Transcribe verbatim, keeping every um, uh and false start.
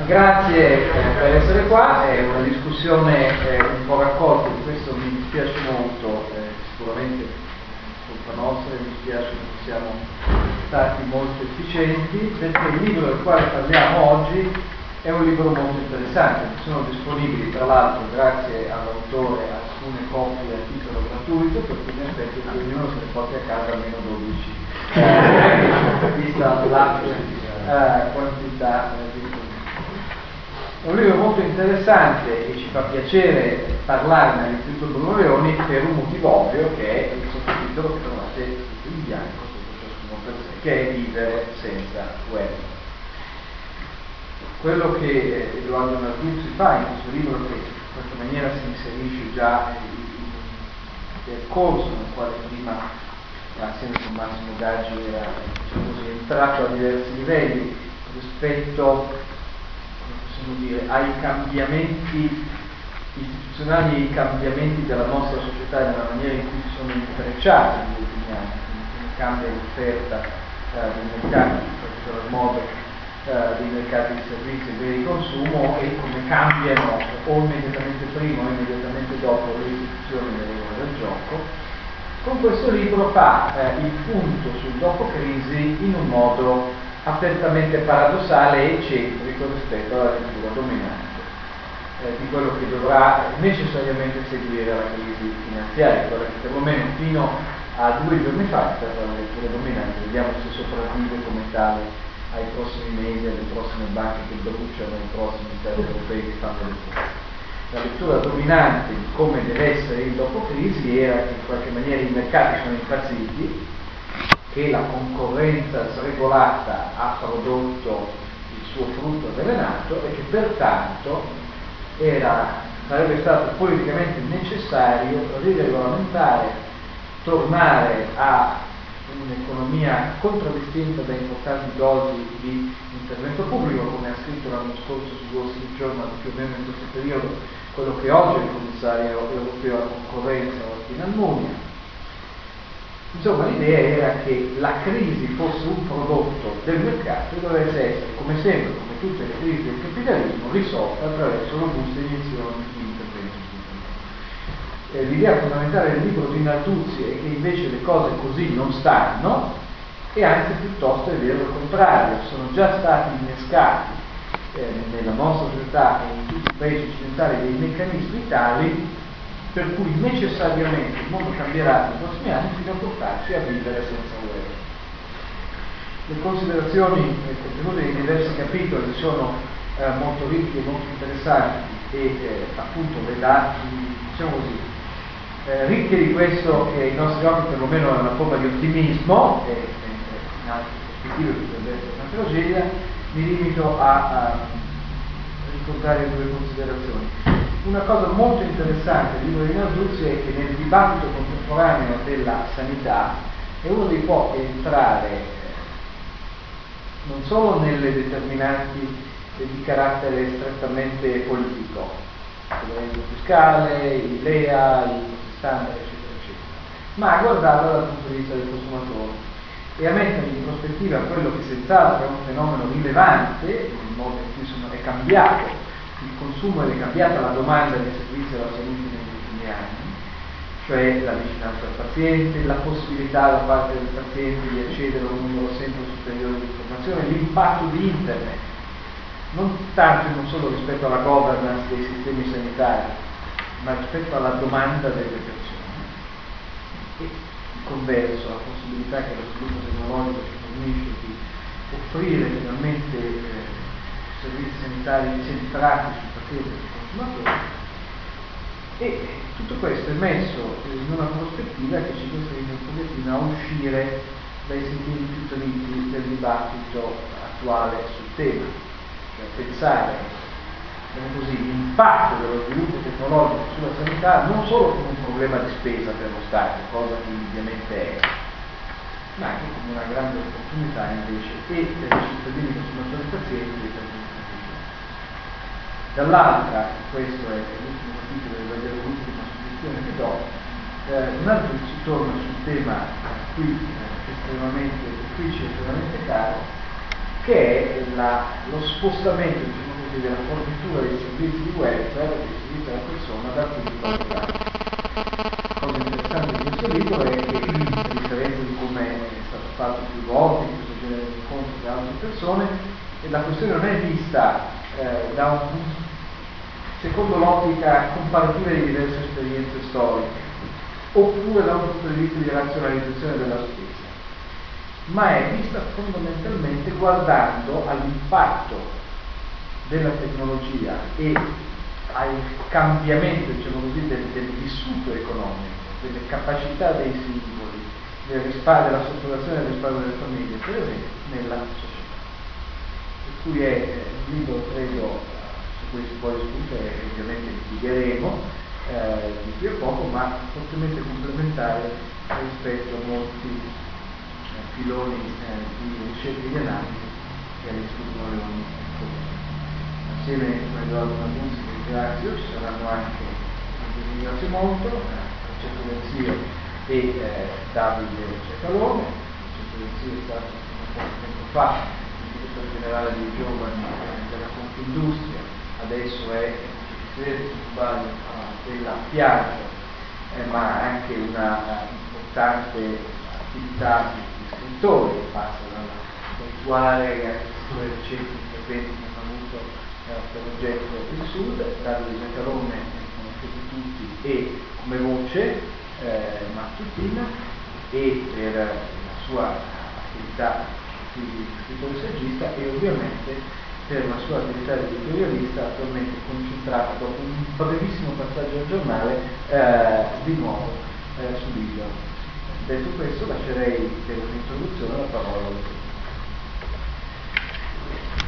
grazie eh, per essere qua, è una discussione eh, un po' raccolta, di questo mi dispiace molto, eh, sicuramente colpa nostra, mi dispiace che non siamo stati molto efficienti, perché il libro del quale parliamo oggi è un libro molto interessante, sono disponibili tra l'altro grazie all'autore alcune copie a titolo gratuito, per cui mi aspetto che ognuno se ne porti a casa almeno dodici, eh, vista la eh, quantità di È un libro molto interessante e ci fa piacere parlarne all'Istituto Bruno Leoni per un motivo ovvio, che è il sottotitolo che trovate scritto in bianco sotto ciascuno per sé, che è Vivere senza guerra. Quello che Edoardo Narduzzi fa in questo libro, che in qualche maniera si inserisce già in un percorso nel quale prima, assieme con Massimo Gaggi, era diciamo così, entrato a diversi livelli rispetto dire, ai cambiamenti istituzionali e ai cambiamenti della nostra società e nella maniera in cui si sono intrecciati negli ultimi anni, come cambia l'offerta eh, dei mercati, in particolar modo eh, dei mercati di servizi e dei consumo, e come cambiano o immediatamente prima o immediatamente dopo le istituzioni e le regole del gioco. Con questo libro fa eh, il punto sul dopo crisi in un modo apertamente paradossale e eccentrico rispetto alla lettura dominante eh, di quello che dovrà necessariamente seguire la crisi finanziaria, quella che perlomeno fino a due giorni fa è stata la lettura dominante. Vediamo se sopravvive come tale ai prossimi mesi, alle prossime banche che bruciano, ai prossimi stati europei che fanno le cose. La lettura dominante di come deve essere il dopo crisi era che in qualche maniera i mercati sono impazziti, che la concorrenza sregolata ha prodotto il suo frutto avvelenato e che pertanto era, sarebbe stato politicamente necessario riregolamentare, tornare a un'economia contraddistinta da importanti dosi di intervento pubblico, come ha scritto l'anno scorso su Wall Street Journal, più o meno in questo periodo, quello che oggi è il commissario europeo alla concorrenza, Joaquin Almunia. Insomma, l'idea era che la crisi fosse un prodotto del mercato e dovesse essere, come sempre, come tutte le crisi del capitalismo, risolta attraverso robuste iniezioni di intervento pubblico. Eh, l'idea fondamentale del libro di Narduzzi è che invece le cose così non stanno, e anche piuttosto è vero il contrario, sono già stati innescati eh, nella nostra società e in tutti i paesi occidentali dei meccanismi tali per cui necessariamente il mondo cambierà nei prossimi anni fino a portarci a vivere senza guerra. Le considerazioni contenute nei diversi capitoli sono eh, molto ricche e molto interessanti e eh, appunto le dati, diciamo così, eh, ricche di questo che ai nostri occhi perlomeno è una forma di ottimismo, e mentre in altre prospettive potrebbe essere una tragedia. Mi limito a, a ricordare due considerazioni. Una cosa molto interessante del libro di Narduzzi è che nel dibattito contemporaneo della sanità è uno dei pochi a entrare non solo nelle determinanti di carattere strettamente politico, il reddito fiscale, il L E A, il standard, eccetera, eccetera, ma a guardarla dal punto di vista del consumatore e a mettere in prospettiva quello che senz'altro è un fenomeno rilevante, il modo in cui sono, è cambiato il consumo ed è cambiata la domanda dei servizi alla salute negli ultimi anni, cioè la vicinanza al paziente, la possibilità da parte del paziente di accedere a un numero sempre superiore di informazioni, l'impatto di internet, non tanto e non solo rispetto alla governance dei sistemi sanitari, ma rispetto alla domanda delle persone, e il converso, la possibilità che lo sviluppo tecnologico ci fornisce di offrire finalmente eh, servizi sanitari centrati sul paziente e sul consumatore, e tutto questo è messo in una prospettiva che ci costringe un pochettino a uscire dai sentieri più dritti del dibattito attuale sul tema, cioè pensare così, l'impatto dello sviluppo tecnologico sulla sanità non solo come un problema di spesa per lo Stato, cosa che ovviamente è, ma anche come una grande opportunità invece e per i cittadini consumatori e pazienti e per gli Dall'altra, questo è l'ultimo capitolo dell'ultima suggezione che do, eh, Narduzzi torna sul tema qui eh, estremamente difficile, estremamente caro, che è la, lo spostamento, diciamo così, ambiti della fornitura dei servizi di welfare, dei servizi alla persona dal pubblico al privato. La cosa interessante di questo libro è che, a differenza di come è stato fatto più volte in questo genere di incontri da altre persone, la questione non è vista eh, da un, secondo l'ottica comparativa di diverse esperienze storiche, oppure da un punto di vista di razionalizzazione della spesa, ma è vista fondamentalmente guardando all'impatto della tecnologia e al cambiamento, diciamo così, del, del vissuto economico, delle capacità dei singoli, del risparmio, della strutturazione del risparmio delle famiglie, per esempio, nella società. Per cui è un libro, credo, su cui si può discutere, e ovviamente litigheremo eh, di qui a poco, ma fortemente complementare rispetto a molti eh, filoni eh, di ricerca e di analisi che all'Istituto Leoni assieme con Edoardo Manuzzi, che ringrazio, ci saranno anche, vi ringrazio molto, eh, Francesco Lenzio e eh, Davide Cefalone. Francesco Lenzio è stato un po' di tempo fa il direttore generale dei giovani eh, della Confindustria, adesso è vicepresidente globale della Piaggio, eh, ma anche una importante attività di, di scrittore che passa dalla virtuale alle sue recenti interventi che hanno avuto eh, per oggetto il Sud. Davide Cefalone conoscete tutti e come voce eh, mattutina e per la sua attività di scrittore saggista e ovviamente per la sua attività di editorialista attualmente concentrata dopo un brevissimo passaggio al giornale eh, di nuovo eh, su Libero. Detto questo lascerei per l'introduzione la parola al